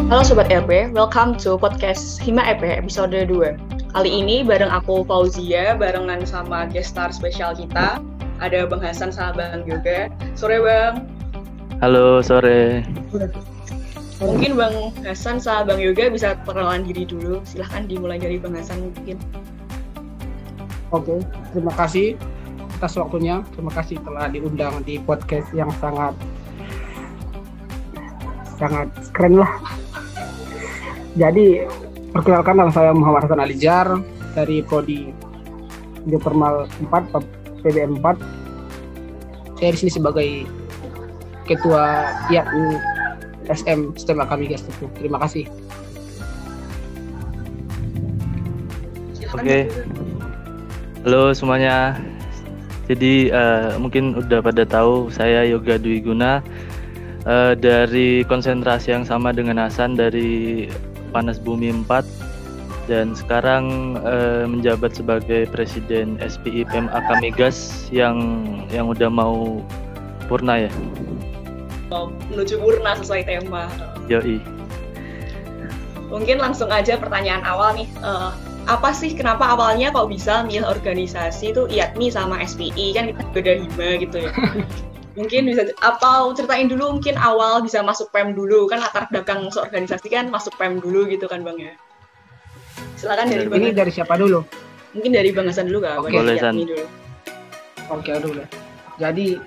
Halo Sobat RP, welcome to podcast Hima EP episode 2. Kali ini bareng aku Fauzia, barengan sama guest star spesial kita. Ada Bang Hasan sama Bang Yoga. Sore Bang. Halo, sore. Mungkin Bang Hasan sama Bang Yoga bisa perkenalan diri dulu. Silahkan dimulai dari Bang Hasan mungkin. Oke, terima kasih atas waktunya. Terima kasih telah diundang di podcast yang sangat keren lah. Jadi, perkenalkan, nama saya Muhammad Hasan Alijar dari Prodi Geotermal 4, PBM 4. Saya di sini sebagai Ketua IATMI SM STEM Akamigas itu. Terima kasih. Oke. Halo semuanya. Jadi mungkin udah pada tahu saya Yoga Dwi Guna dari konsentrasi yang sama dengan Hasan dari Panas Bumi 4 dan sekarang menjabat sebagai Presiden SPI PEM Akamigas yang udah mau purna ya. Menuju purna sesuai tema. Yoi. Mungkin langsung aja pertanyaan awal nih. Apa sih kenapa awalnya kok bisa milih organisasi itu IATMI sama SPI, kan kita beda hima gitu ya. Mungkin bisa ceritain dulu mungkin awal bisa masuk PEM dulu, kan latar belakang masuk organisasi kan masuk PEM dulu gitu kan Bang ya. Silakan dari Bang. Ini dari siapa dulu? Mungkin dari Bang Hasan dulu kah? Boleh San. Dulu. Oke, dulu. Jadi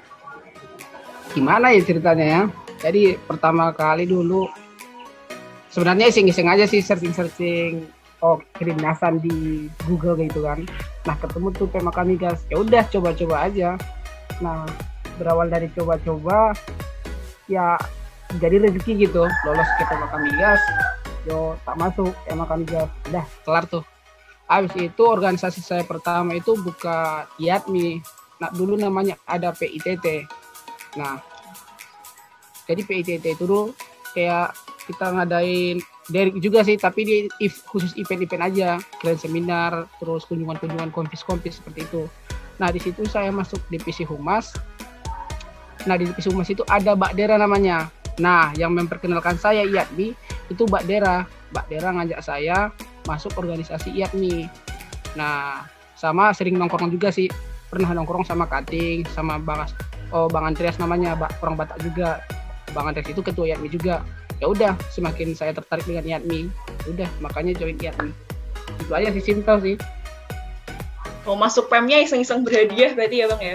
gimana ya ceritanya ya? Jadi pertama kali dulu sebenarnya iseng-iseng aja sih searching kedinasan di Google gitu kan. Nah, ketemu tuh PEM Akamigas. Ya udah coba-coba aja. Nah, berawal dari coba-coba ya jadi rezeki gitu, lolos ke PEM Akamigas. Yo tak masuk PEM Akamigas. Udah kelar tuh. Habis itu organisasi saya pertama itu buka IATMI. Nah, dulu namanya ada PITT. Nah, jadi PITT itu dulu kayak kita ngadain dari juga sih, tapi di khusus event-event aja, grand seminar, terus kunjungan-kunjungan konfis seperti itu. Nah, di situ saya masuk divisi humas. Nah, di divisi humas itu ada Mbak Dera namanya. Nah, yang memperkenalkan saya IATMI itu Mbak Dera. Mbak Dera ngajak saya masuk organisasi IATMI. Nah, sama sering nongkrong juga sih. Pernah nongkrong sama Kating, sama Bang Andreas namanya, orang Batak juga. Bang Andreas itu ketua IATMI juga. Ya udah, semakin saya tertarik dengan IATMI, udah makanya join IATMI. Itu aja sih, simpel sih. Oh, masuk PEM-nya iseng-iseng berhadiah berarti ya Bang ya?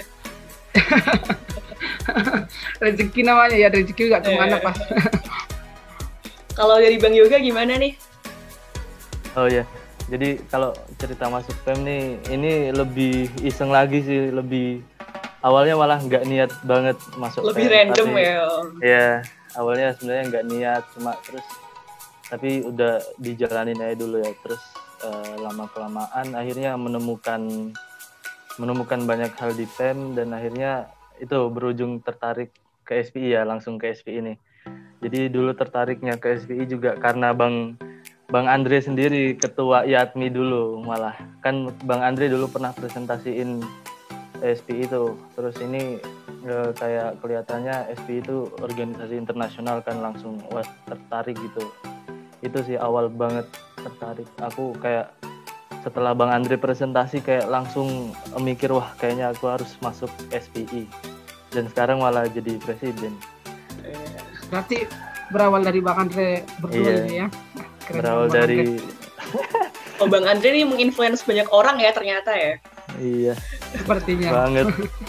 Rezeki namanya ya, rezeki gak kemana pas. Kalau dari Bang Yoga gimana nih? Oh ya. Jadi kalau cerita masuk PEM nih, ini lebih iseng lagi sih, lebih awalnya malah nggak niat banget masuk lebih PEM, random tapi, ya. Ya, awalnya sebenarnya nggak niat, tapi udah dijalanin aja dulu ya. Terus lama kelamaan akhirnya menemukan banyak hal di PEM dan akhirnya itu berujung tertarik ke SPI ya, langsung ke SPI ini. Jadi dulu tertariknya ke SPI juga karena Bang Andre sendiri ketua IATMI dulu, malah kan Bang Andre dulu pernah presentasiin SPI itu. Terus ini kayak kelihatannya SPI itu organisasi internasional kan, langsung wah tertarik gitu. Itu sih awal banget tertarik. Aku kayak setelah Bang Andre presentasi kayak langsung mikir wah kayaknya aku harus masuk SPI. Dan sekarang malah jadi presiden. Berarti berawal dari Bang Andre berdua ini ya. Keren, berawal dari Oh, Bang Andre nih menginfluence banyak orang ya ternyata ya. Iya. Sepertinya. Banget.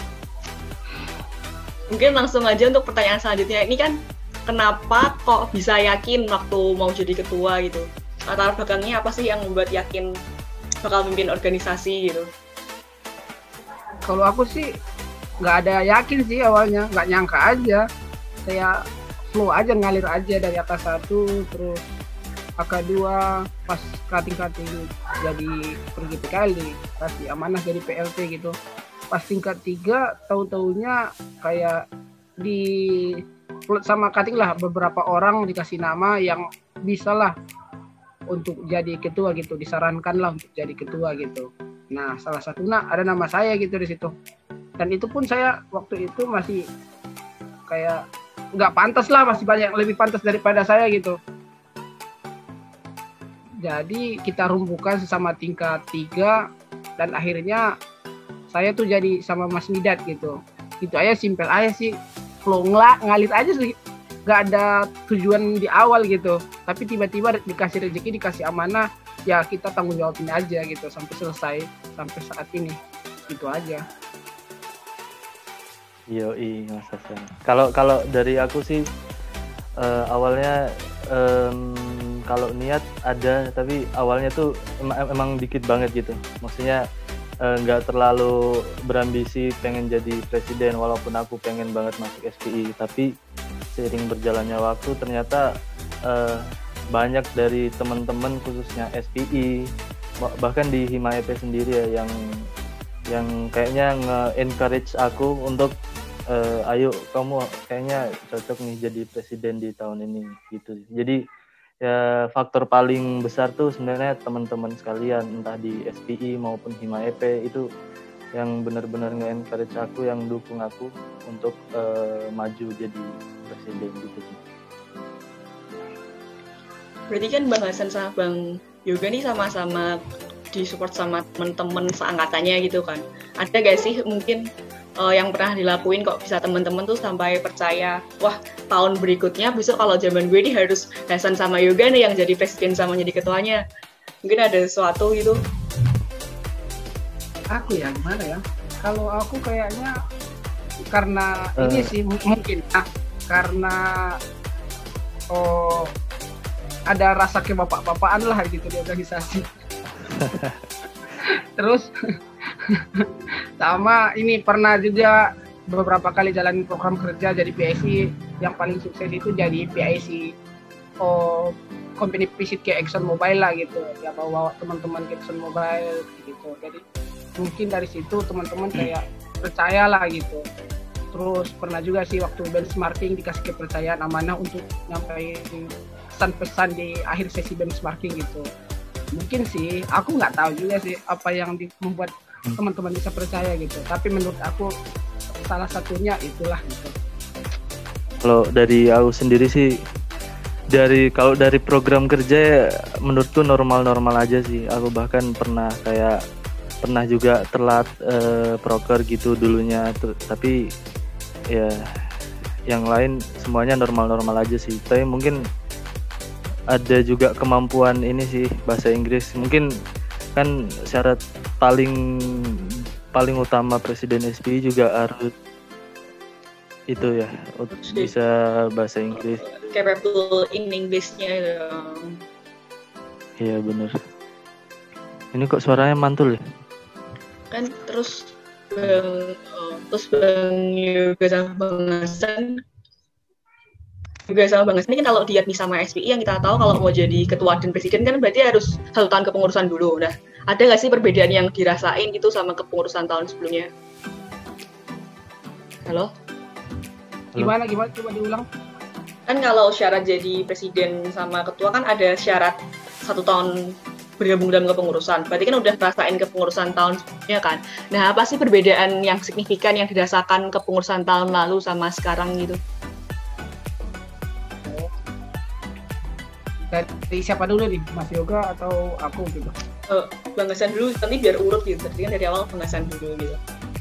Mungkin langsung aja untuk pertanyaan selanjutnya. Ini kan kenapa kok bisa yakin waktu mau jadi ketua gitu? Latar belakangnya apa sih yang membuat yakin bakal memimpin organisasi gitu? Kalau aku sih nggak ada yakin sih awalnya, nggak nyangka aja. Kayak flow aja, ngalir aja dari atas satu, terus AK2 pas kating-kating jadi pergi kali, kasih amanah jadi PLT gitu. Pas tingkat 3 tahu-taunya kayak di sama kating lah, beberapa orang dikasih nama yang bisa lah untuk jadi ketua gitu, disarankan lah untuk jadi ketua gitu. Nah, salah satunya ada nama saya gitu di situ. Dan itu pun saya waktu itu masih kayak nggak pantas lah, masih banyak lebih pantas daripada saya gitu. Jadi kita rumbukan sesama tingkat 3 dan akhirnya saya tuh jadi sama Mas Midat gitu. Itu aja, simpel aja sih. Flow ngalir aja sih. Gak ada tujuan di awal gitu. Tapi tiba-tiba dikasih rezeki, dikasih amanah, ya kita tanggung jawabin aja gitu sampai selesai, sampai saat ini. Itu aja. Yoi, Mas Hasan. Kalau dari aku sih awalnya kalau niat ada, tapi awalnya tuh emang dikit banget gitu. Maksudnya nggak terlalu berambisi pengen jadi presiden, walaupun aku pengen banget masuk SPI. Tapi seiring berjalannya waktu ternyata banyak dari teman-teman khususnya SPI, bahkan di Hima EP sendiri ya, yang kayaknya nge-encourage aku untuk ayo kamu kayaknya cocok nih jadi presiden di tahun ini gitu. Jadi ya faktor paling besar tuh sebenarnya teman-teman sekalian, entah di SPI maupun Hima EP, itu yang benar-benar nge-encourage aku, yang dukung aku untuk maju jadi presiden gitu. Berarti kan Bang Hasan sama Bang Yoga nih sama-sama disupport sama teman-teman seangkatannya gitu kan. Ada gak sih mungkin yang pernah dilakuin kok bisa teman-teman tuh sampai percaya, wah tahun berikutnya besok kalau zaman gue nih harus Hasan sama Yoga nih yang jadi presiden sama jadi ketuanya. Mungkin ada sesuatu gitu. Aku ya gimana ya? Kalau aku kayaknya karena ini sih mungkin karena ada rasa kebapak-bapaan lah gitu di organisasi. Terus sama ini pernah juga beberapa kali jalanin program kerja jadi PIC. Yang paling sukses itu jadi PIC company visit ke Exxon Mobile lah gitu, ya bawa teman-teman ke Exxon Mobile gitu. Jadi mungkin dari situ teman-teman kayak percaya lah gitu. Terus pernah juga sih waktu benchmarking dikasih kepercayaan amanah untuk nyampein pesan-pesan di akhir sesi benchmarking gitu. Mungkin sih aku nggak tahu juga sih apa yang membuat teman-teman bisa percaya gitu, tapi menurut aku salah satunya itulah gitu. Kalau dari aku sendiri sih, kalau dari program kerja menurutku normal-normal aja sih. Aku bahkan pernah juga telat proker gitu dulunya, tapi ya yang lain semuanya normal-normal aja sih. Tapi mungkin ada juga kemampuan ini sih, bahasa Inggris. Mungkin kan syarat paling utama presiden SPI juga harus itu ya, untuk bisa bahasa Inggris. Capable in English-nya dong. Iya benar. Ini kok suaranya mantul ya? Kan terus Bang Yoga sama Bang Hasan ini kan kalau diadmi sama SPI yang kita tahu kalau mau jadi ketua dan presiden kan berarti harus 1 tahun kepengurusan dulu. Nah, ada nggak sih perbedaan yang dirasain gitu sama kepengurusan tahun sebelumnya? Halo? Gimana coba diulang? Kan kalau syarat jadi presiden sama ketua kan ada syarat 1 tahun bergabung dalam kepengurusan. Berarti kan udah rasain kepengurusan tahun sebelumnya kan. Nah, apa sih perbedaan yang signifikan yang dirasakan kepengurusan tahun lalu sama sekarang gitu? Dari siapa dulu nih, Mas Yoga atau aku gitu? Bang Hasan dulu, nanti biar urut gitu. Jadi kan dari awal Bang Hasan dulu gitu.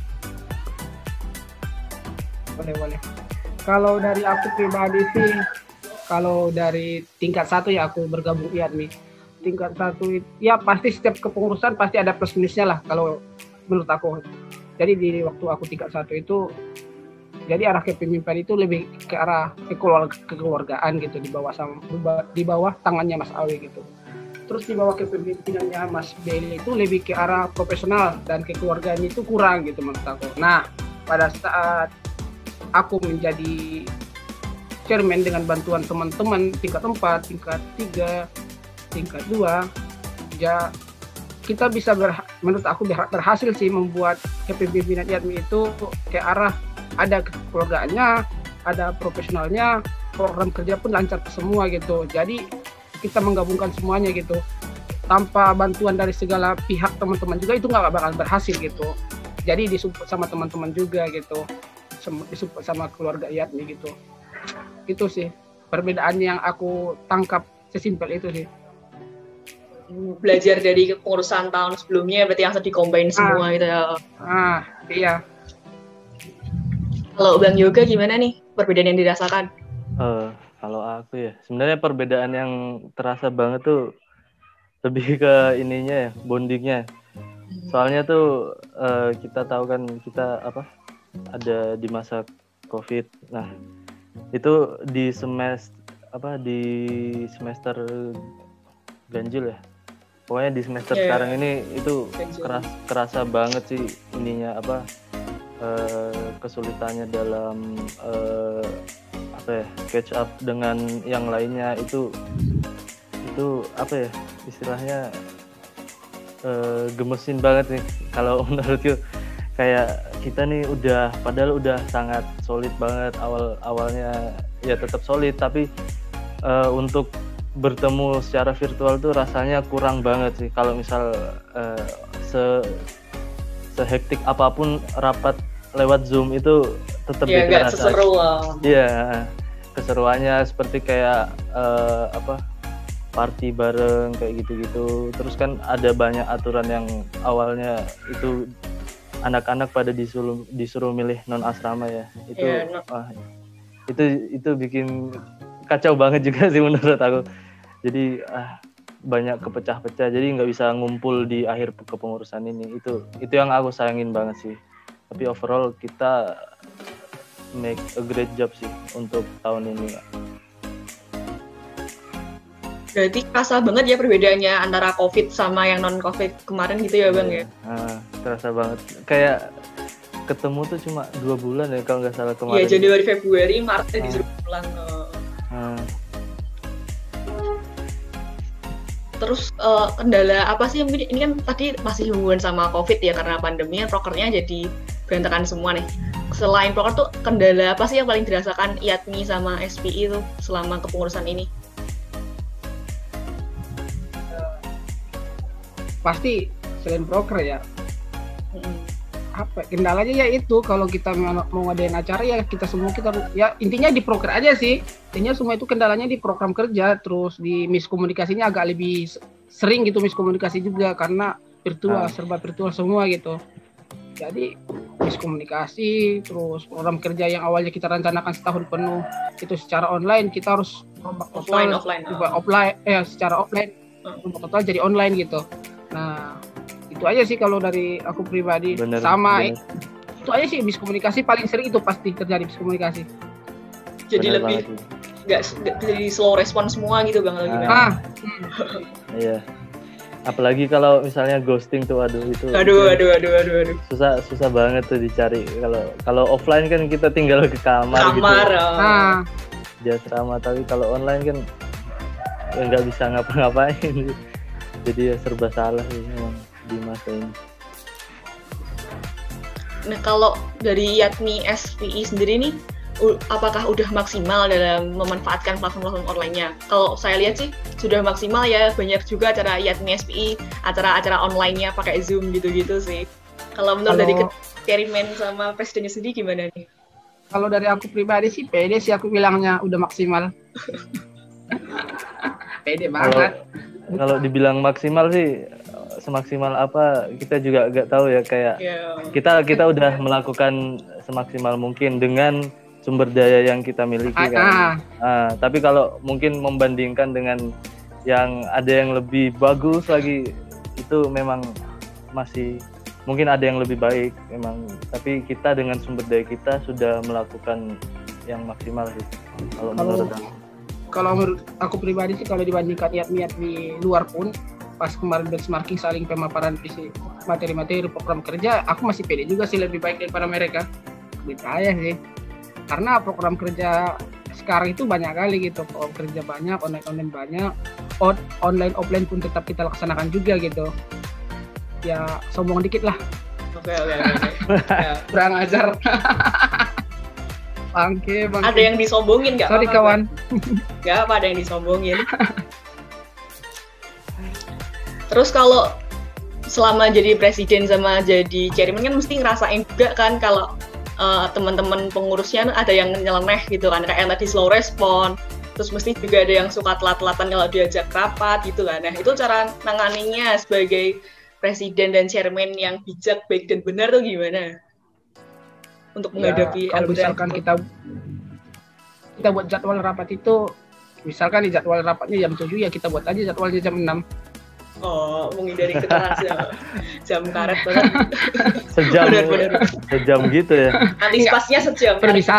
Boleh. Kalau dari aku pribadi sih, kalau dari tingkat 1 ya aku bergabung IADMI. Tingkat 1 ya pasti setiap kepengurusan pasti ada plus minusnya lah kalau menurut aku. Jadi di waktu aku tingkat 1 itu, jadi arah kepemimpinan itu lebih ke arah kekeluargaan gitu, di bawah tangannya Mas Awi gitu. Terus di bawah kepemimpinannya Mas Beli itu lebih ke arah profesional dan kekeluargaan itu kurang gitu menurut aku. Nah, pada saat aku menjadi chairman dengan bantuan teman-teman tingkat 4, tingkat 3, tingkat 2, ya kita bisa menurut aku berhasil sih membuat kepemimpinan IADMI itu ke arah ada kekeluargaannya, ada profesionalnya, program kerja pun lancar semua gitu. Jadi kita menggabungkan semuanya gitu. Tanpa bantuan dari segala pihak teman-teman juga itu nggak bakal berhasil gitu. Jadi disupport sama teman-teman juga gitu, disupport sama keluarga IADMI gitu. Itu sih perbedaan yang aku tangkap, sesimpel itu sih. belajar dari kepengurusan tahun sebelumnya, berarti yang di-combine semua gitu ya. Iya. Kalau Bang Yoga gimana nih perbedaan yang dirasakan? Kalau aku ya, sebenarnya perbedaan yang terasa banget tuh lebih ke ininya ya, bondingnya. Soalnya tuh kita tahu kan kita ada di masa COVID. Nah, itu di semester ganjil ya. Pokoknya di semester sekarang ini itu kerasa banget sih ininya kesulitannya dalam catch up dengan yang lainnya itu istilahnya gemesin banget nih kalau menurutku. Kayak kita nih padahal udah sangat solid banget awalnya ya, tetap solid, tapi untuk bertemu secara virtual tuh rasanya kurang banget sih. Kalau misal sehektik apapun rapat lewat Zoom itu tetap beda rasanya. Seseru. Iya, keseruannya seperti kayak party bareng kayak gitu-gitu. Terus kan ada banyak aturan yang awalnya itu anak-anak pada disuruh milih non asrama ya. Itu bikin kacau banget juga sih menurut aku. Jadi banyak kepecah-pecah, jadi nggak bisa ngumpul di akhir kepengurusan ini. Itu yang aku sayangin banget sih. Tapi overall kita make a great job sih untuk tahun ini ya. Berarti kerasa banget ya perbedaannya antara COVID sama yang non-COVID kemarin gitu ya Bang ya? Terasa banget. Kayak ketemu tuh cuma 2 bulan ya kalau nggak salah kemarin. Iya, Januari, Februari, Maret disuruh pulang. Terus kendala apa sih? Mungkin ini kan tadi masih hubungan sama COVID ya, karena pandemi prokernya jadi berantakan semua nih. Selain proker tuh kendala apa sih yang paling dirasakan IATMI sama SPI itu selama kepengurusan ini? Pasti selain proker ya. Kendalanya ya itu, kalau kita mau ngadain acara ya kita ya intinya di proker aja sih. Intinya semua itu kendalanya di program kerja, terus di miskomunikasinya agak lebih sering gitu miskomunikasi juga karena serba virtual semua gitu. Jadi miskomunikasi, terus program kerja yang awalnya kita rencanakan setahun penuh itu secara online, kita harus offline secara offline total jadi online gitu. Nah, itu aja sih kalau dari aku pribadi. Bener. Itu aja sih, miskomunikasi paling sering itu pasti terjadi miskomunikasi. Jadi lebih nggak jadi slow respon semua gitu Bang lagi. Iya. Apalagi kalau misalnya ghosting tuh aduh. Susah banget tuh dicari. Kalau offline kan kita tinggal ke kamar gitu. Di asrama, tapi kalau online kan nggak bisa ngapa-ngapain. Jadi ya serba salah sih memang di masa ini. Nah, kalau dari IATMI SPI sendiri nih, apakah udah maksimal dalam memanfaatkan platform-platform online-nya? Kalau saya lihat sih sudah maksimal ya, banyak juga acara IATMI SPI, acara-acara online-nya pakai Zoom gitu-gitu sih. Kalau menurut dari Kerimen sama presidennya sendiri gimana nih? Kalau dari aku pribadi sih pede sih aku bilangnya udah maksimal. Pede banget. Kalau dibilang maksimal sih semaksimal apa kita juga agak tahu ya, kayak kita udah melakukan semaksimal mungkin dengan sumber daya yang kita miliki kan. Tapi kalau mungkin membandingkan dengan yang ada yang lebih bagus lagi, itu memang masih mungkin ada yang lebih baik memang. Tapi kita dengan sumber daya kita sudah melakukan yang maksimal sih. Kalau menurut aku pribadi sih, kalau dibandingkan IATMI luar pun, pas kemarin benchmarking saling pemaparan materi-materi program kerja, aku masih pede juga sih lebih baik daripada mereka. Percaya sih. Karena program kerja sekarang itu banyak kali gitu, program kerja banyak, online banyak, online offline pun tetap kita laksanakan juga gitu. Ya sombong dikit lah. Oke. Kurang ajar. Bangke. Ada yang disombongin nggak? Sorry kawan. Nggak apa, ada yang disombongin. Terus kalau selama jadi presiden sama jadi chairman kan mesti ngerasain juga kan kalau teman-teman pengurusnya ada yang nyeleneh gitu kan, kayak yang tadi slow respon, Terus mesti juga ada yang suka telat-telatan kalau diajak rapat gitu kan. Nah itu cara nanganinya sebagai presiden dan chairman yang bijak, baik dan benar tuh gimana? Untuk menghadapi kalau misalkan kita buat jadwal rapat itu, misalkan di jadwal rapatnya jam 7 ya kita buat aja jadwalnya jam 6. Oh, menghindari keterangan jam karet banget. Sejam gitu ya. Antisipasinya sejam.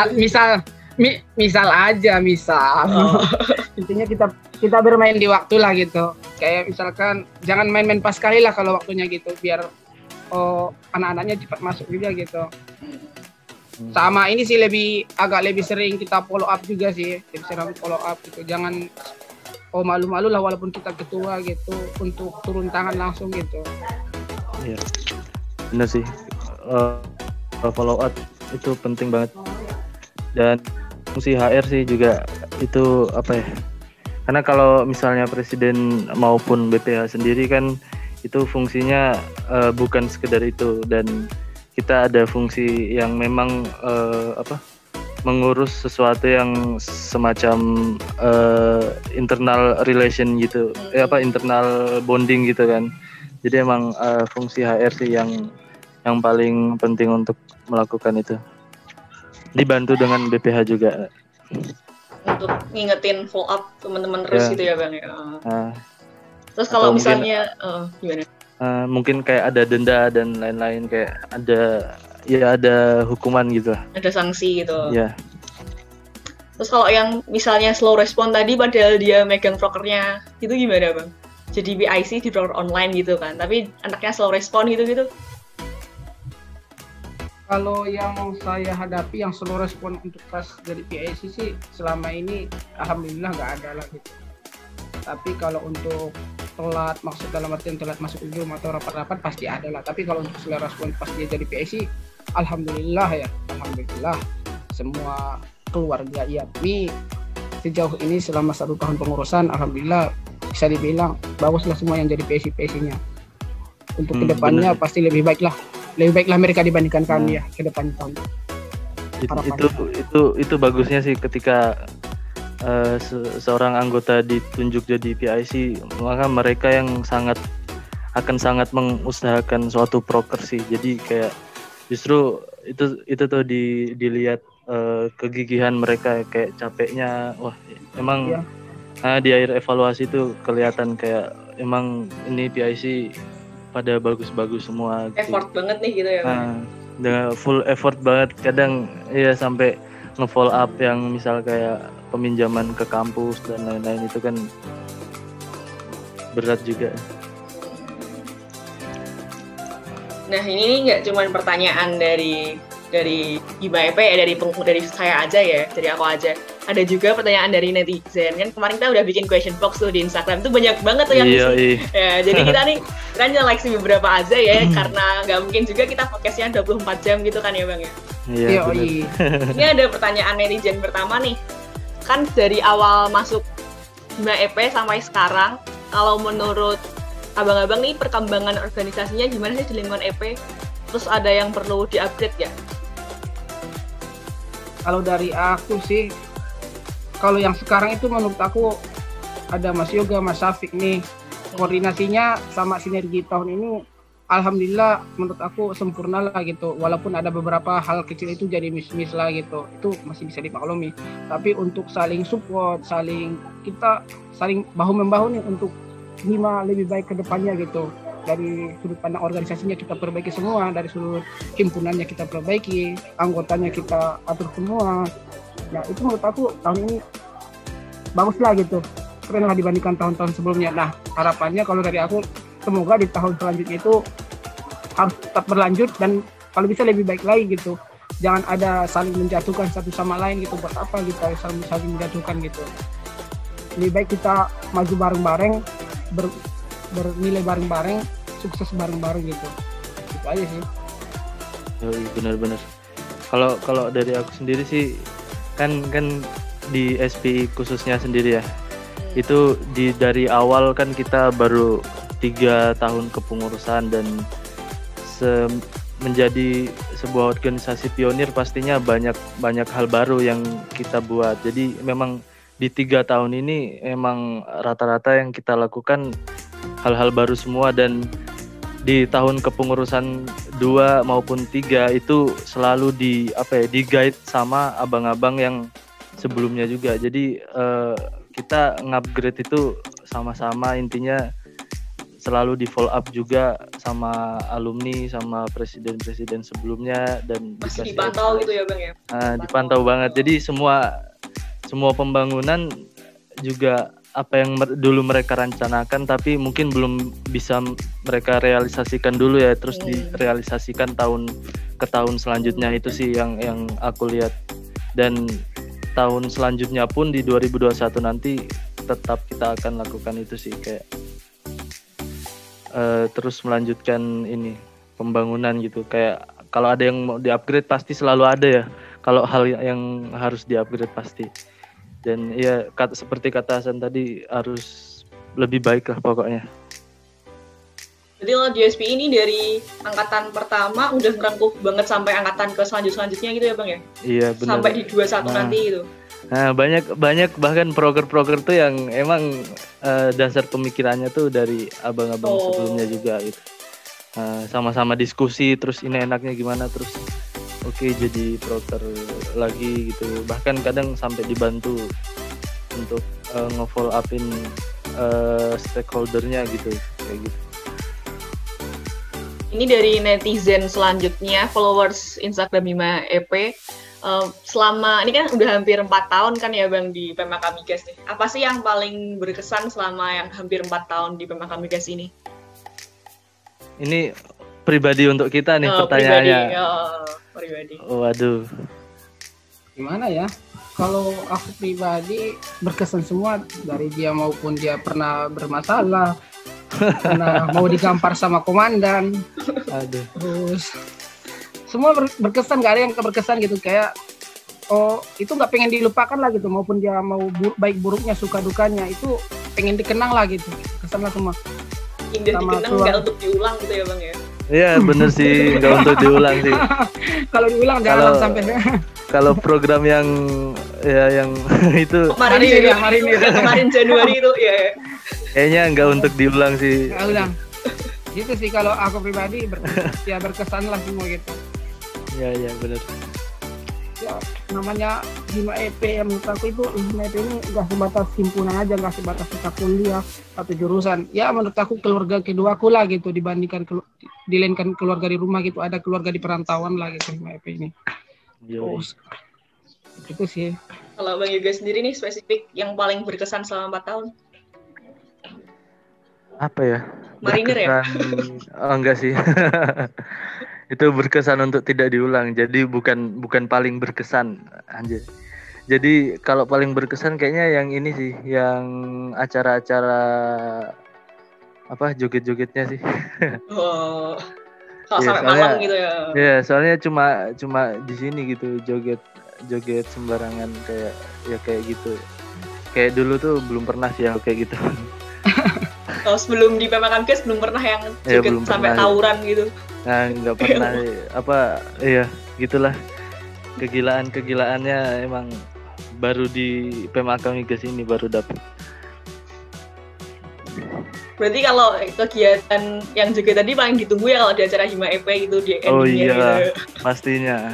Misal aja. Oh. Intinya kita bermain di waktu lah gitu. Kayak misalkan jangan main-main pas kali lah kalau waktunya gitu, biar anak-anaknya cepat masuk juga gitu. Sama ini sih agak lebih sering kita follow up juga sih, lebih sering follow up gitu. Jangan malu-malu lah walaupun kita ketua gitu untuk turun tangan langsung gitu. Iya, benar sih. Follow up itu penting banget. Dan fungsi HR sih juga itu apa ya? Karena kalau misalnya presiden maupun BPH sendiri kan itu fungsinya bukan sekedar itu, dan kita ada fungsi yang memang mengurus sesuatu yang semacam internal relation gitu, internal bonding gitu kan. Jadi emang fungsi HR sih yang paling penting untuk melakukan itu. Dibantu dengan BPH juga. Untuk ngingetin follow up teman-teman terus gitu ya Bang ya. Terus kalau misalnya gimana? Mungkin kayak ada denda dan lain-lain, kayak ada hukuman gitu. Ada sanksi gitu. Iya. Terus kalau yang misalnya slow respon tadi padahal dia megang prokernya, itu gimana Bang? Jadi BIC di proker online gitu kan, tapi anaknya slow respon gitu-gitu. Kalau yang saya hadapi yang slow respon untuk pas dari PIC sih selama ini alhamdulillah nggak ada lah gitu. Tapi kalau untuk telat, maksud dalam artian telat masuk ujung atau rapat-rapat pasti ada lah. Tapi kalau untuk slow respon pas dia jadi PIC, alhamdulillah semua keluarga YAPMI sejauh ini selama 1 tahun pengurusan alhamdulillah bisa dibilang baguslah semua yang jadi PIC-nya. Untuk kedepannya pasti lebih baiklah mereka dibandingkan kami ya ke depan tahun. Itu bagusnya sih ketika seorang anggota ditunjuk jadi PIC, maka mereka yang akan sangat mengusahakan suatu proker sih. Jadi kayak justru itu tuh dilihat kegigihan mereka, kayak capeknya. Wah, emang di akhir evaluasi itu kelihatan kayak emang ini PIC pada bagus-bagus semua. Effort banget nih gitu ya. Dengan full effort banget, kadang ya sampai nge-follow up yang misal kayak peminjaman ke kampus dan lain-lain, itu kan berat juga. Nah ini nggak cuma pertanyaan dari Hima EP ya, dari saya aja ya, dari aku aja. Ada juga pertanyaan dari netizen. Kan kemarin kita udah bikin question box tuh di Instagram, itu banyak banget tuh yang isi. Ya, jadi kita nyeleksi beberapa aja ya, karena nggak mungkin juga kita podcastnya 24 jam gitu kan ya Bang ya. Iya. Ini ada pertanyaan netizen pertama nih. Kan dari awal masuk Hima EP sampai sekarang, kalau menurut abang-abang nih perkembangan organisasinya gimana sih di lingkungan EP? Terus ada yang perlu di-upgrade ya? Kalau dari aku sih, kalau yang sekarang itu menurut aku ada Mas Yoga, Mas Syafiq nih, koordinasinya sama sinergi tahun ini alhamdulillah menurut aku sempurna lah gitu. Walaupun ada beberapa hal kecil itu jadi miss lah gitu, itu masih bisa dimaklumi. Tapi untuk saling support, saling bahu-membahu nih untuk Hima lebih baik ke depannya gitu. Dari sudut pandang organisasinya kita perbaiki semua, dari sudut himpunannya kita perbaiki, anggotanya kita atur semua. Nah itu menurut aku tahun ini bagus lah gitu, keren lah dibandingkan tahun-tahun sebelumnya. Nah harapannya kalau dari aku, semoga di tahun selanjutnya itu harus tetap berlanjut dan kalau bisa lebih baik lagi gitu. Jangan ada saling menjatuhkan satu sama lain gitu, buat apa kita saling menjatuhkan gitu. Lebih baik kita maju bareng-bareng, bernilai bareng-bareng, sukses bareng-bareng gitu. Itu aja sih. Benar-benar. Kalau dari aku sendiri sih kan di SPI khususnya sendiri ya. Itu dari awal kan kita baru 3 tahun kepengurusan, dan menjadi sebuah organisasi pionir pastinya banyak hal baru yang kita buat. Jadi memang di 3 tahun ini emang rata-rata yang kita lakukan hal-hal baru semua, dan di tahun kepengurusan 2 maupun 3 itu selalu di guide sama abang-abang yang sebelumnya juga. Jadi kita ngupgrade itu sama-sama, intinya selalu di follow up juga sama alumni, sama presiden-presiden sebelumnya, dan masih dipantau gitu ya Bang ya? Dipantau banget. Jadi semua pembangunan juga apa yang dulu mereka rencanakan tapi mungkin belum bisa mereka realisasikan dulu ya, terus direalisasikan tahun ke tahun selanjutnya. Itu sih yang aku lihat. Dan tahun selanjutnya pun di 2021 nanti tetap kita akan lakukan itu sih, kayak terus melanjutkan ini pembangunan gitu. Kayak kalau ada yang mau di-upgrade pasti selalu ada ya, kalau hal yang harus di-upgrade pasti. Dan ya seperti kata Hasan tadi, harus lebih baik lah pokoknya. Jadi kalau di SPI ini dari angkatan pertama udah merengkuh banget sampai angkatan ke selanjutnya gitu ya Bang ya? Iya benar. Sampai di 21 nanti gitu. Nah banyak bahkan proker tuh yang emang dasar pemikirannya tuh dari abang-abang sebelumnya juga gitu. Sama-sama diskusi, terus ini enaknya gimana, terus oke, jadi proker lagi gitu. Bahkan kadang sampai dibantu untuk nge-follow upin stakeholdernya gitu, kayak gitu. Ini dari netizen selanjutnya, followers Instagram Hima EP. Selama ini kan udah hampir 4 tahun kan ya Bang di PMK Migas nih. Apa sih yang paling berkesan selama yang hampir 4 tahun di PMK Migas ini? Ini pribadi untuk kita nih pertanyaannya. Pribadi. Waduh. Gimana ya? Kalau aku pribadi berkesan semua, dari dia maupun dia pernah bermasalah, pernah mau digampar sama komandan. Aduh. Terus semua berkesan, gak ada yang berkesan gitu, kayak itu nggak pengen dilupakan lah gitu, maupun dia mau baik buruknya, suka dukanya itu pengen dikenang lah gitu, kesan lah semua. Indah dikenang, nggak untuk diulang gitu ya Bang ya? Iya bener sih, nggak untuk diulang sih. Kalau diulang jangan sampai. Kalau program yang itu kemarin Januari itu ya. Kayaknya nggak untuk diulang sih. Nggak ulang. Gitu sih kalau aku pribadi berkesan lah semua gitu. Iya benar. Ya namanya Hima EP yang menurut aku itu, Hima EP ini nggak sebatas himpunan aja, nggak sebatas kita kuliah atau jurusan. Ya menurut aku keluarga kedua aku lah gitu, dibandingkan dilainkan keluarga di rumah gitu, ada keluarga di perantauan lah gitu Hima EP ini. Itu sih. Kalau Bang Yoga sendiri nih spesifik yang paling berkesan selama 4 tahun? Apa ya? Marinir ya? Enggak sih. Itu berkesan untuk tidak diulang. Jadi bukan paling berkesan, anjir. Jadi kalau paling berkesan kayaknya yang ini sih, yang acara-acara joget-jogetnya sih. Kalau sampai malam gitu ya. Iya, soalnya cuma di sini gitu, joget sembarangan kayak gitu. Kayak dulu tuh belum pernah sih aku kayak gitu. Kalau sebelum di PMK Migas belum pernah yang joget sampai tawuran gitu. Nah, nggak pernah gitulah. Kegilaannya emang baru di PMK Migas ini baru dapet. Berarti kalau kegiatan yang joget tadi paling ditunggu ya kalau di acara Hima EP gitu, di endingnya. Oh iya, pastinya.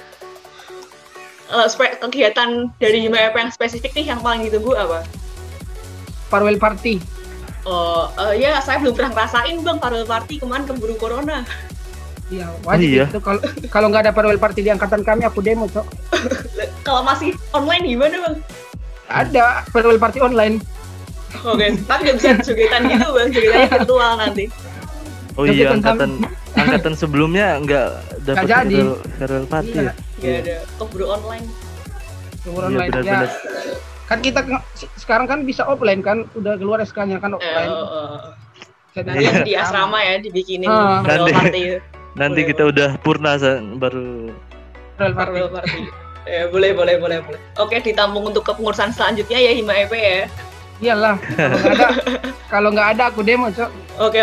Kegiatan dari Hima EP yang spesifik nih yang paling ditunggu apa? Farewell party. Ya saya belum pernah ngerasain Bang farewell party, kemarin keburu corona. Iya, wajib itu. Kalau nggak ada farewell party di angkatan kami, aku demo, Cok. Kalau masih online gimana Bang? Ada farewell party online. Oke, tapi nggak bisa jogetan gitu Bang, jogetannya virtual nanti. Oh iya, angkatan sebelumnya nggak dapat farewell party ya? Nggak ada, keburu online. Keburu online, benar. Kan kita sekarang kan bisa offline kan, udah keluar SK-nya kan offline. Nanti di asrama ya dibikinin farewell party. Nanti kita udah purna baru farewell party. Ya, boleh. Oke, ditampung untuk kepengurusan selanjutnya ya Hima EP ya. Iyalah, kalau nggak ada aku demo, Cok. Oke.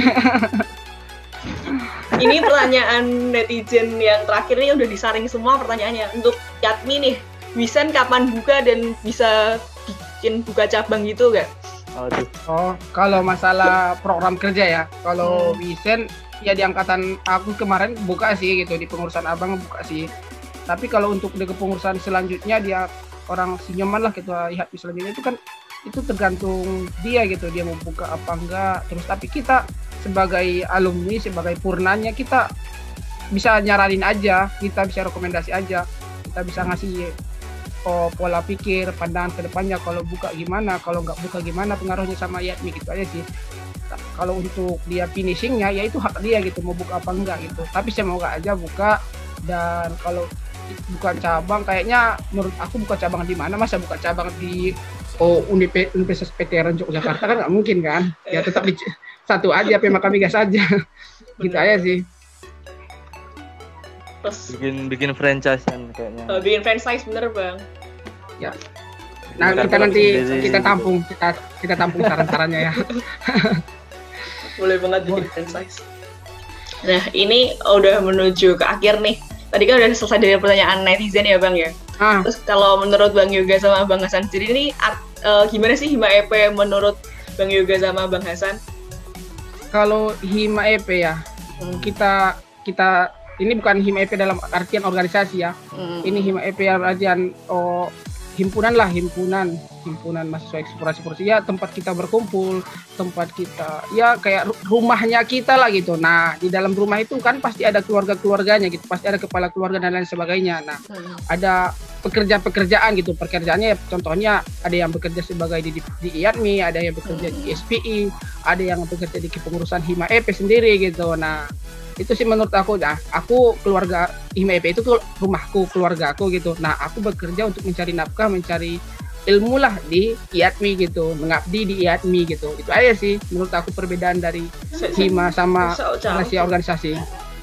Ini pertanyaan netizen yang terakhir nih udah disaring semua pertanyaannya. Untuk Yatmi nih, Wisan kapan buka dan bisa bikin buka cabang gitu nggak? Aduh. Oh, kalau masalah program kerja ya, kalau Wisen ya di angkatan aku kemarin buka sih gitu, di pengurusan abang buka sih. Tapi kalau untuk di kepengurusan selanjutnya dia orang Sinyoman lah ketua IHAPMI selanjutnya itu kan itu tergantung dia gitu, dia mau buka apa enggak. Terus tapi kita sebagai alumni, sebagai purnanya kita bisa nyaranin aja, kita bisa rekomendasi aja, kita bisa ngasih pola pikir, pandangan ke depannya, kalau buka gimana, kalau nggak buka gimana pengaruhnya sama IHAPMI gitu aja sih. Kalau untuk dia finishingnya ya itu hak dia gitu, mau buka apa enggak gitu. Tapi semoga aja buka. Dan kalau buka cabang kayaknya menurut aku buka cabang di mana, masa buka cabang di Universitas PTN Yogyakarta kan nggak mungkin kan, ya tetap di satu aja PMK Migas saja. Gitu aja sih. Terus Bikin franchise kan kayaknya. bikin franchise bener Bang. Ya. Nah, kita nanti kita tampung saran-sarannya ya. Boleh banget bikin franchise. Nah, ini udah menuju ke akhir nih. Tadi kan udah selesai dari pertanyaan netizen ya Bang ya. Terus kalau menurut Bang Yoga sama Bang Hasan sendiri ini gimana sih Hima EP menurut Bang Yoga sama Bang Hasan? Kalau Hima EP ya, kita ini bukan Hima EP dalam artian organisasi ya. Ini Hima EP dalam artian himpunan mahasiswa eksplorasi profesi ya, tempat kita berkumpul, tempat kita ya kayak rumahnya kita lah gitu. Nah, di dalam rumah itu kan pasti ada keluarga-keluarganya gitu, pasti ada kepala keluarga dan lain sebagainya. Nah, ada pekerjaan gitu, pekerjaannya contohnya ada yang bekerja sebagai di IHAPMI, ada yang bekerja di SPI, ada yang bekerja di kepengurusan Hima EP sendiri gitu. Nah, itu sih menurut aku, aku keluarga Hima EP itu rumahku, keluargaku gitu. Nah, aku bekerja untuk mencari nafkah, mencari ilmu lah di IHAPMI gitu, mengabdi di IHAPMI gitu. Itu aja sih menurut aku perbedaan dari Hima sama organisasi.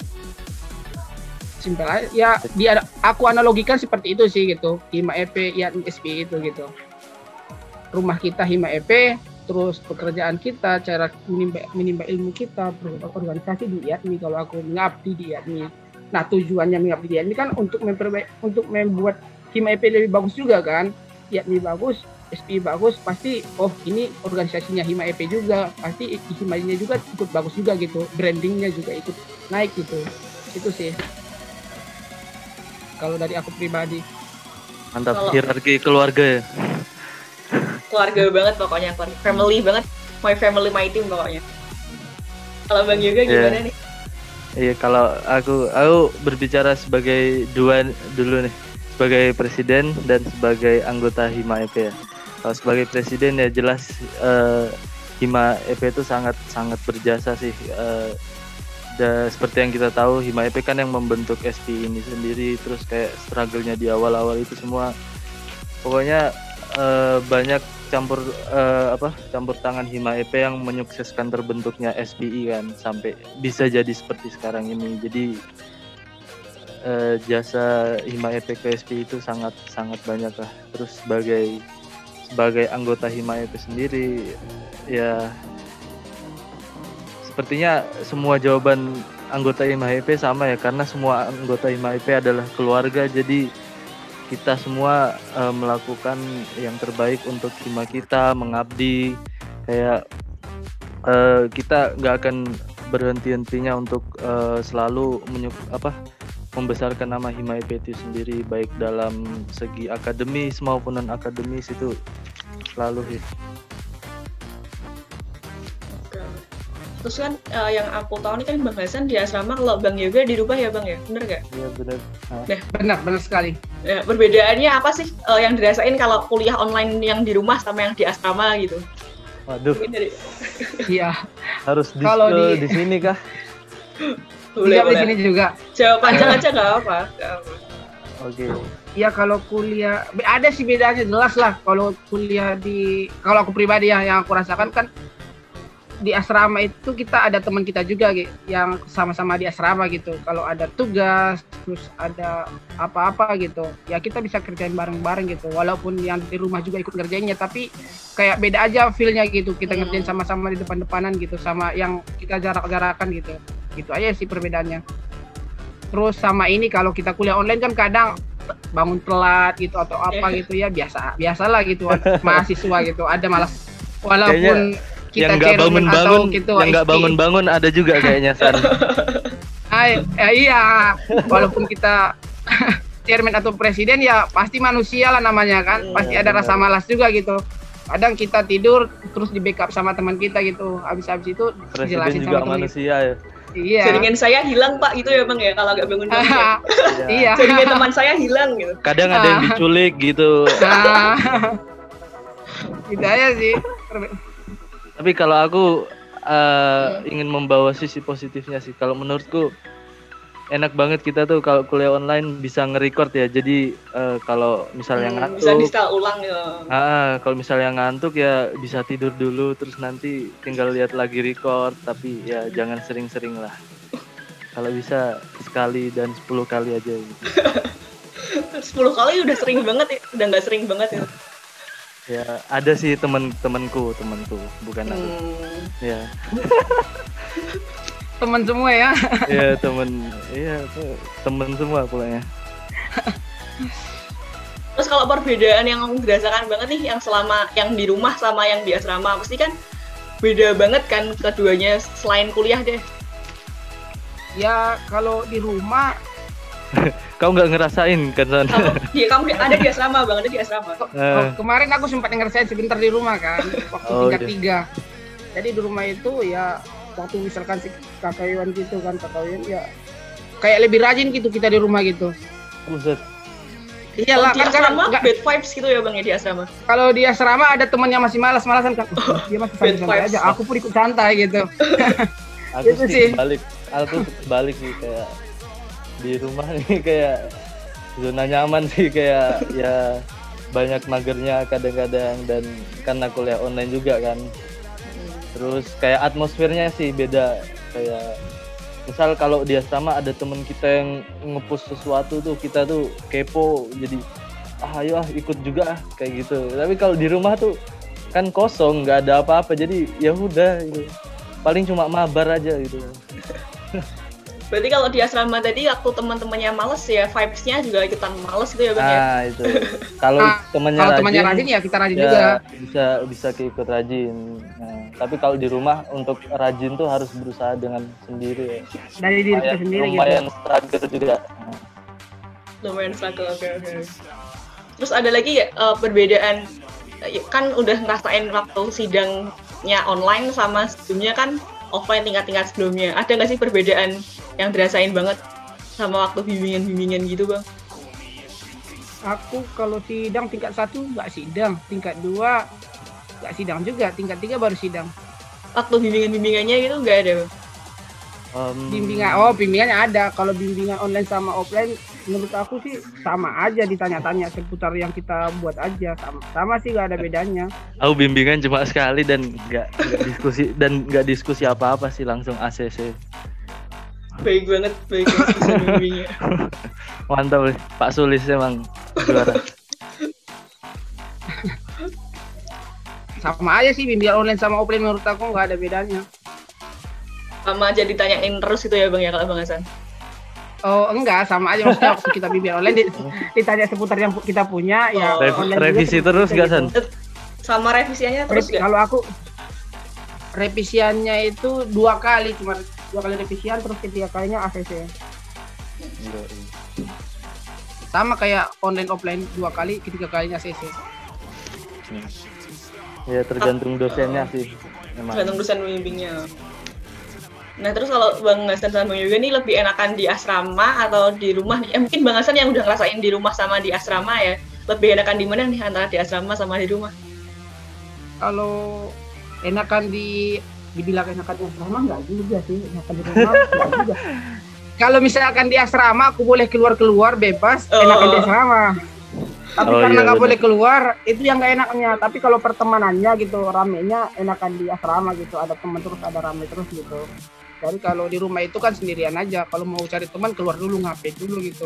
Simpel aja. Ya, aku analogikan seperti itu sih gitu. Hima EP, IHAPMI, SPI itu gitu. Rumah kita Hima EP, terus pekerjaan kita, cara menimba ilmu kita, organisasi di IHAPMI, kalau aku mengabdi di IHAPMI. Nah, tujuannya mengabdi di IHAPMI kan untuk membuat Hima EP lebih bagus juga kan. IHAPMI bagus, SPI bagus, pasti ini organisasinya Hima EP juga, pasti Himanya juga ikut bagus juga gitu, brandingnya juga ikut naik gitu. Itu sih kalau dari aku pribadi. Mantap, hierarki keluarga ya. Keluarga banget pokoknya, family banget, my family my team pokoknya. Kalau Bang Yoga gimana nih? Iya, kalau aku berbicara sebagai dua dulu nih, sebagai presiden dan sebagai anggota Hima EP ya. Kalau sebagai presiden ya jelas Hima EP itu sangat berjasa sih. Seperti yang kita tahu, Hima EP kan yang membentuk SPI ini sendiri, terus kayak struggle-nya di awal-awal itu semua. Pokoknya banyak campur tangan Hima EP yang menyukseskan terbentuknya SPI kan, sampai bisa jadi seperti sekarang ini. Jadi jasa Hima EP ke SPI itu sangat banyak lah. Terus sebagai anggota Hima EP sendiri ya, sepertinya semua jawaban anggota Hima EP sama ya, karena semua anggota Hima EP adalah keluarga. Jadi kita semua melakukan yang terbaik untuk Hima kita, mengabdi. Kayak kita nggak akan berhenti-hentinya untuk selalu membesarkan nama Hima EP itu sendiri, baik dalam segi akademis maupun non akademis, itu selalu ya. Terus kan yang aku tahu nih kan Bang Hasan di asrama, kalau Bang Yoga di rumah ya Bang ya, bener nggak? Iya benar. Nah, benar sekali. Nah, perbedaannya apa sih yang dirasain kalau kuliah online yang di rumah sama yang di asrama gitu? Waduh. Iya. Harus di sini kah? Boleh. Di sini juga. Jawab panjang aja nggak apa. Oke. Ya kalau kuliah ada sih bedanya jelas lah. Kalau aku pribadi yang aku rasakan kan di asrama itu kita ada teman kita juga yang sama-sama di asrama gitu. Kalau ada tugas, terus ada apa-apa gitu, ya kita bisa kerjain bareng-bareng gitu. Walaupun yang di rumah juga ikut ngerjainnya, tapi kayak beda aja feel-nya gitu. Kita ngerjain sama-sama di depan-depanan gitu, sama yang kita jarak-jarakan gitu. Gitu aja sih perbedaannya. Terus sama ini kalau kita kuliah online kan kadang bangun telat gitu atau apa gitu ya biasalah gitu mahasiswa gitu ada malas walaupun kita yang nggak bangun-bangun yang nggak bangun-bangun ada juga kayaknya San. Iya walaupun kita chairman atau presiden ya pasti manusia lah namanya kan pasti ada rasa malas juga gitu. Kadang kita tidur terus di backup sama teman kita gitu. Habis itu dijelasin juga sama manusia ya. Iya. Jaringan saya hilang Pak gitu ya Bang ya kalau nggak bangun bangun. Iya. Jaringan teman saya hilang gitu. Kadang ada yang diculik gitu. Gitu aja sih. Tapi kalau aku ingin membawa sisi positifnya sih. Kalau menurutku enak banget kita tuh kalau kuliah online bisa nge-record ya. Jadi kalau misalnya ngantuk bisa di-setel ulang ya. Kalau misalnya ngantuk ya bisa tidur dulu terus nanti tinggal lihat lagi record, tapi ya jangan sering-sering lah. Kalau bisa sekali dan 10 kali aja gitu. 10 kali udah sering banget ya, udah nggak sering banget ya. Ya ada sih temanku bukan aku. Ya. Teman semua ya. Iya temen semua pulangnya. Terus kalau perbedaan yang dirasakan banget nih yang selama yang di rumah sama yang di asrama pasti kan beda banget kan keduanya selain kuliah deh. Ya kalau di rumah Kau nggak ngerasain kan San? Iya kamu ada di asrama Bang, ada di asrama. Kemarin aku sempat ngerasain sebentar di rumah kan waktu tingkat 3. Jadi di rumah itu ya waktu misalkan si kakak gitu kan ya kayak lebih rajin gitu kita di rumah gitu. Buset. Iyalah kan karena bad vibes gitu ya Bang ya di asrama. Kalau di asrama ada temannya masih malas-malasan kan. Dia masih santai aja, aku pun ikut santai gitu. Aku sih balik sih kayak di rumah nih kayak zona nyaman sih kayak ya banyak magernya kadang-kadang dan karena kuliah online juga kan. Terus kayak atmosfernya sih beda kayak misal kalau di asrama ada teman kita yang nge-push sesuatu tuh kita tuh kepo jadi ayo ikut juga kayak gitu. Tapi kalau di rumah tuh kan kosong nggak ada apa-apa jadi ya udah gitu. Paling cuma mabar aja gitu. Berarti kalau di asrama tadi waktu teman-temannya males ya vibes-nya juga ikutan males gitu ya Bang ya. Itu. Kalau temannya rajin ya kita rajin juga. Bisa keikut rajin. Nah, tapi kalau di rumah untuk rajin tuh harus berusaha dengan sendiri ya. Dari diri kita sendiri gitu. Lumayan struggle juga. Lumayan struggle, oke. Terus ada lagi ya perbedaan kan udah ngerasain waktu sidangnya online sama sebelumnya kan offline tingkat-tingkat sebelumnya. Ada nggak sih perbedaan yang dirasain banget sama waktu bimbingan gitu Bang? Aku kalau sidang tingkat 1 nggak sidang, tingkat 2 nggak sidang juga, tingkat 3 baru sidang. Waktu bimbingannya gitu nggak ada Bang? Bimbingannya ada. Kalau bimbingan online sama offline menurut aku sih sama aja, ditanya-tanya seputar yang kita buat aja, sama sih nggak ada bedanya. Aku bimbingan cuma sekali dan nggak diskusi apa-apa sih, langsung ACC. Baik banget bimbingnya. Mantap Pak Sulis emang juara. Sama aja sih bimbingan online sama offline menurut aku nggak ada bedanya. Sama aja ditanyain terus itu ya Bang ya kalau Bang Hasan? Oh enggak, sama aja maksudnya waktu kita bimbingan online ditanya seputar yang kita punya ya. Revisi terus nggak San? Sama revisiannya terus nggak? Kalau aku revisiannya itu 2 kali, cuma 2 kali revisian terus ketiga kalinya ACC. Sama kayak online offline 2 kali, ketiga kalinya ACC. Ya tergantung dosennya sih. Tergantung dosen pembimbingnya. Nah terus kalau Bang Hasan sama Bang Yoga nih lebih enakan di asrama atau di rumah nih? Mungkin Bang Hasan yang udah ngerasain di rumah sama di asrama ya, lebih enakan di mana nih antara di asrama sama di rumah? Kalau enakan dibilang enakan di asrama nggak juga sih, enakan di rumah nggak juga. Kalau misalkan di asrama aku boleh keluar bebas, enakan di asrama. Tapi karena nggak boleh keluar, itu yang nggak enaknya. Tapi kalau pertemanannya gitu, ramenya enakan di asrama gitu, ada teman terus, ada rame terus gitu. Jadi kalau di rumah itu kan sendirian aja. Kalau mau cari teman keluar dulu, ngapain dulu gitu.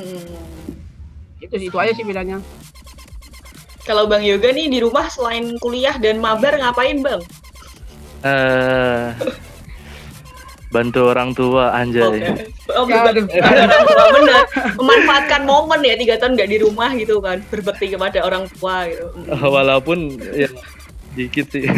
Itu aja sih bedanya. Kalau Bang Yoga nih di rumah selain kuliah dan mabar ngapain Bang? bantu orang tua, anjay. Oke. Oh, bantu orang tua, bener. Memanfaatkan momen ya 3 tahun nggak di rumah gitu kan, berbakti kepada orang tua gitu. Walaupun ya dikit sih.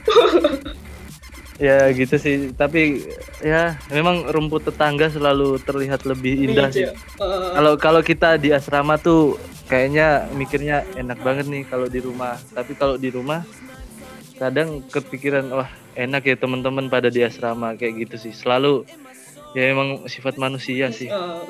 Ya gitu sih, tapi ya memang rumput tetangga selalu terlihat lebih indah sih. Kalau kita di asrama tuh kayaknya mikirnya enak banget nih kalau di rumah. Tapi kalau di rumah kadang kepikiran wah enak ya teman-teman pada di asrama kayak gitu sih. Selalu ya emang sifat manusia sih.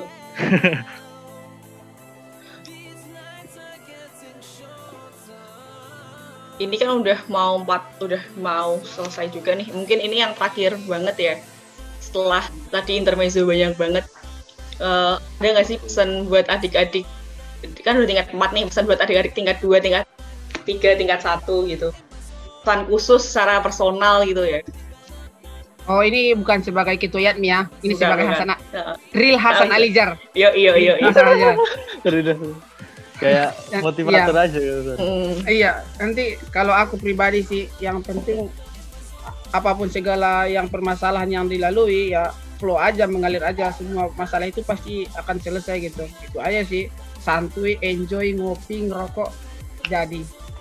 Ini kan udah mau selesai juga nih. Mungkin ini yang terakhir banget ya. Setelah tadi intermezzo banyak banget. Ada nggak sih pesan buat adik-adik? Kan udah tingkat 4 nih, pesan buat adik-adik tingkat 2, tingkat 3, tingkat 1 gitu. Pesan khusus secara personal gitu ya. Oh, ini bukan sebagai Kituyat ya. Ini Bukan, sebagai bukan. Real Hasan Alizar. Iya. Hasan Alizar. Kayak motivator aja gitu. Iya, nanti kalau aku pribadi sih yang penting apapun segala yang permasalahan yang dilalui ya flow aja, mengalir aja, semua masalah itu pasti akan selesai gitu. Itu aja sih, santuy, enjoy, ngopi, ngerokok, jadi.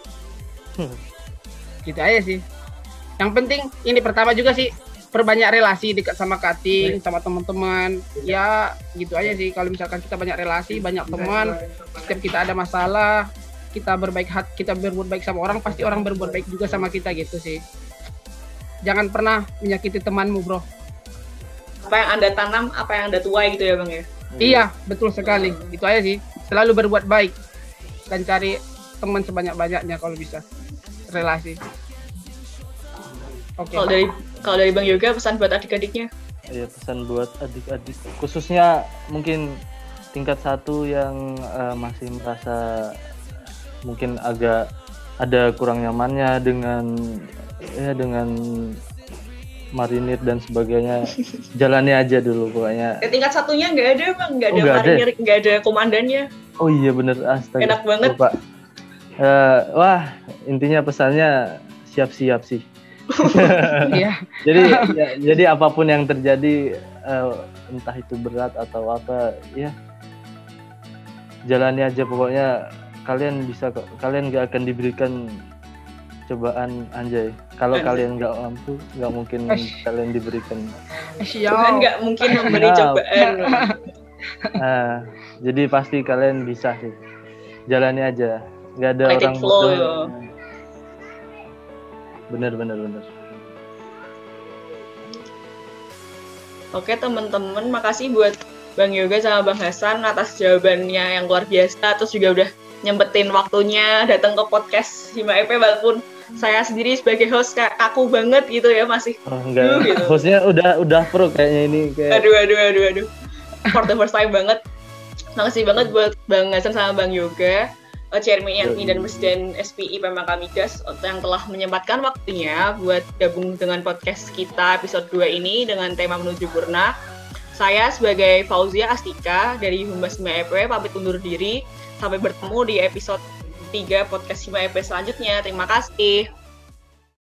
Gitu aja sih. Yang penting ini pertama juga sih perbanyak relasi dekat sama cutting, sama teman-teman. Ya gitu aja sih. Kalau misalkan kita banyak relasi, banyak teman, setiap kita ada masalah, kita berbuat baik sama orang, pasti orang berbuat baik juga sama kita gitu sih. Jangan pernah menyakiti temanmu, bro. Apa yang Anda tanam, apa yang Anda tuai gitu ya, Bang ya? Iya, betul sekali. Itu aja sih. Selalu berbuat baik dan cari teman sebanyak-banyaknya kalau bisa. Relasi. Oke. Kalau dari Bang Yoga, pesan buat adik-adiknya? Iya, pesan buat adik-adik, khususnya mungkin tingkat 1 yang masih merasa mungkin agak ada kurang nyamannya dengan marinir dan sebagainya. Jalani aja dulu pokoknya. Tingkat 1-nya nggak ada, Bang, nggak ada marinir, nggak ada komandannya. Oh iya bener, astaga. Enak banget. Pak. Wah, intinya pesannya siap-siap sih. Iya. Jadi apapun yang terjadi, entah itu berat atau apa, ya jalani aja pokoknya. Kalian nggak akan diberikan cobaan, anjay. Kalau kalian nggak mampu, nggak mungkin kalian diberikan. Tuhan nggak mungkin memberi cobaan. Jadi pasti kalian bisa sih. Jalani aja. Nggak ada Let orang it flow. Bener. Oke teman-teman, makasih buat Bang Yoga sama Bang Hasan atas jawabannya yang luar biasa. Terus juga udah nyempetin waktunya datang ke podcast Hima EP, walaupun saya sendiri sebagai host kaku banget gitu ya, masih enggak gitu. Hostnya udah pro kayaknya ini kayak... aduh for the first time banget. Makasih banget buat Bang Hasan sama Bang Yoga, Chairman YAKMI dan Presiden SPI Pemaka Migas, yang telah menyempatkan waktunya buat gabung dengan podcast kita episode 2 ini dengan tema Menuju Purna. Saya sebagai Fauzia Astika dari Humas Hima EP pamit undur diri. Sampai bertemu di episode 3 podcast Hima EP selanjutnya. Terima kasih.